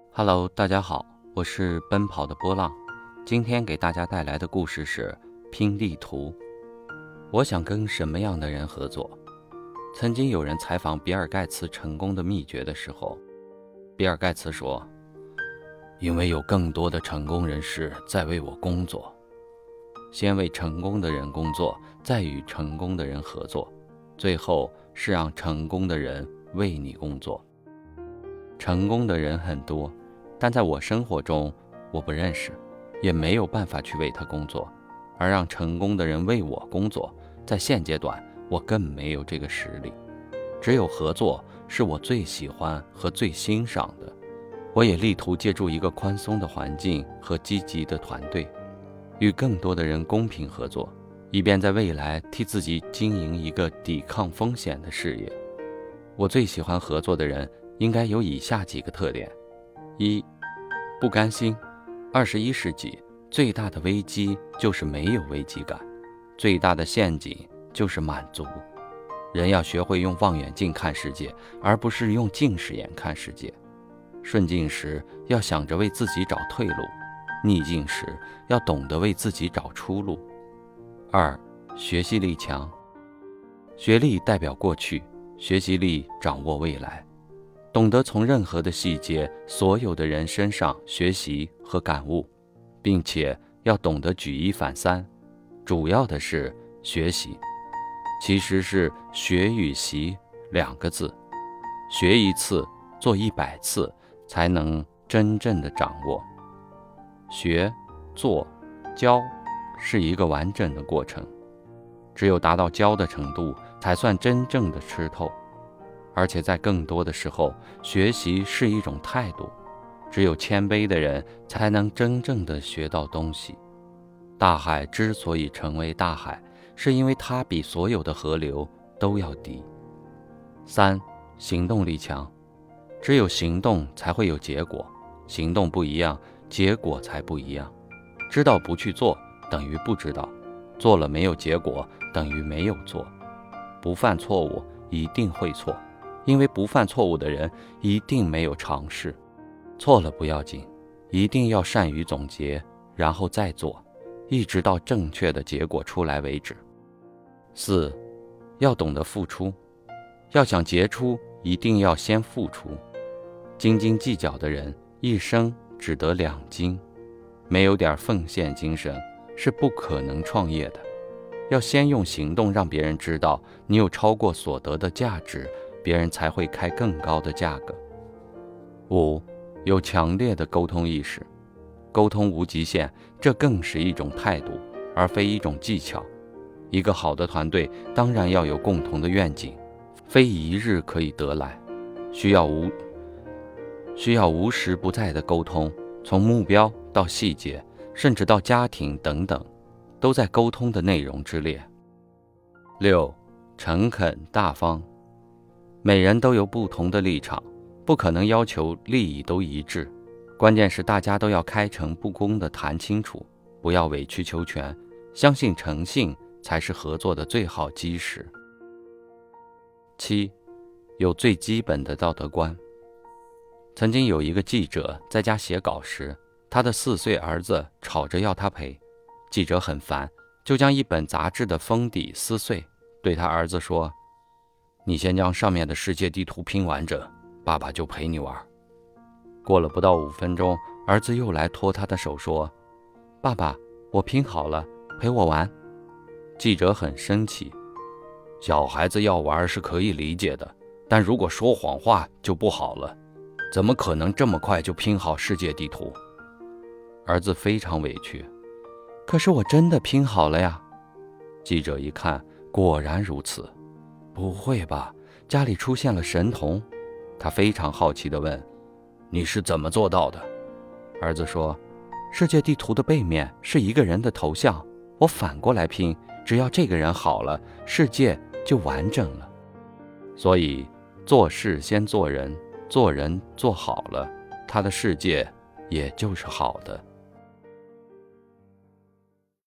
Hello，大家好，我是奔跑的波浪。今天给大家带来的故事是拼地图。我想跟什么样的人合作？曾经有人采访比尔盖茨成功的秘诀的时候，比尔盖茨说，因为有更多的成功人士在为我工作。先为成功的人工作，再与成功的人合作，最后是让成功的人为你工作。成功的人很多，但在我生活中我不认识，也没有办法去为他工作，而让成功的人为我工作，在现阶段我更没有这个实力。只有合作是我最喜欢和最欣赏的。我也力图借助一个宽松的环境和积极的团队，与更多的人公平合作，以便在未来替自己经营一个抵抗风险的事业。我最喜欢合作的人应该有以下几个特点：一、不甘心。21世纪最大的危机就是没有危机感，最大的陷阱就是满足。人要学会用望远镜看世界，而不是用近视眼看世界。顺境时要想着为自己找退路，逆境时要懂得为自己找出路。二、学习力强。学历代表过去，学习力掌握未来。懂得从任何的细节，所有的人身上学习和感悟，并且要懂得举一反三。主要的是学习，其实是学与习两个字。学一次，做100次，才能真正的掌握。学、做、教是一个完整的过程，只有达到教的程度，才算真正的吃透。而且在更多的时候，学习是一种态度，只有谦卑的人才能真正的学到东西。大海之所以成为大海，是因为它比所有的河流都要低。三、行动力强。只有行动才会有结果，行动不一样，结果才不一样。知道不去做等于不知道，做了没有结果等于没有做。不犯错误一定会错，因为不犯错误的人一定没有尝试。错了不要紧，一定要善于总结，然后再做，一直到正确的结果出来为止。四、要懂得付出。要想杰出，一定要先付出。斤斤计较的人一生只得2斤，没有点奉献精神是不可能创业的。要先用行动让别人知道你有超过所得的价值，别人才会开更高的价格。5、有强烈的沟通意识。沟通无极限，这更是一种态度，而非一种技巧。一个好的团队当然要有共同的愿景，非一日可以得来，需要无时不在的沟通，从目标到细节，甚至到家庭等等，都在沟通的内容之列。6、诚恳大方。每人都有不同的立场，不可能要求利益都一致，关键是大家都要开诚布公地谈清楚，不要委曲求全，相信诚信才是合作的最好基石。7、有最基本的道德观。曾经有一个记者在家写稿时，他的4岁儿子吵着要他陪，记者很烦，就将一本杂志的封底撕碎，对他儿子说，你先将上面的世界地图拼完整，爸爸就陪你玩。过了不到5分钟，儿子又来拖他的手说，爸爸，我拼好了，陪我玩。记者很生气，小孩子要玩是可以理解的，但如果说谎话就不好了，怎么可能这么快就拼好世界地图？儿子非常委屈，可是我真的拼好了呀。记者一看，果然如此。不会吧，家里出现了神童？他非常好奇地问，你是怎么做到的？儿子说，世界地图的背面是一个人的头像，我反过来拼，只要这个人好了，世界就完整了。所以做事先做人，做人做好了，他的世界也就是好的。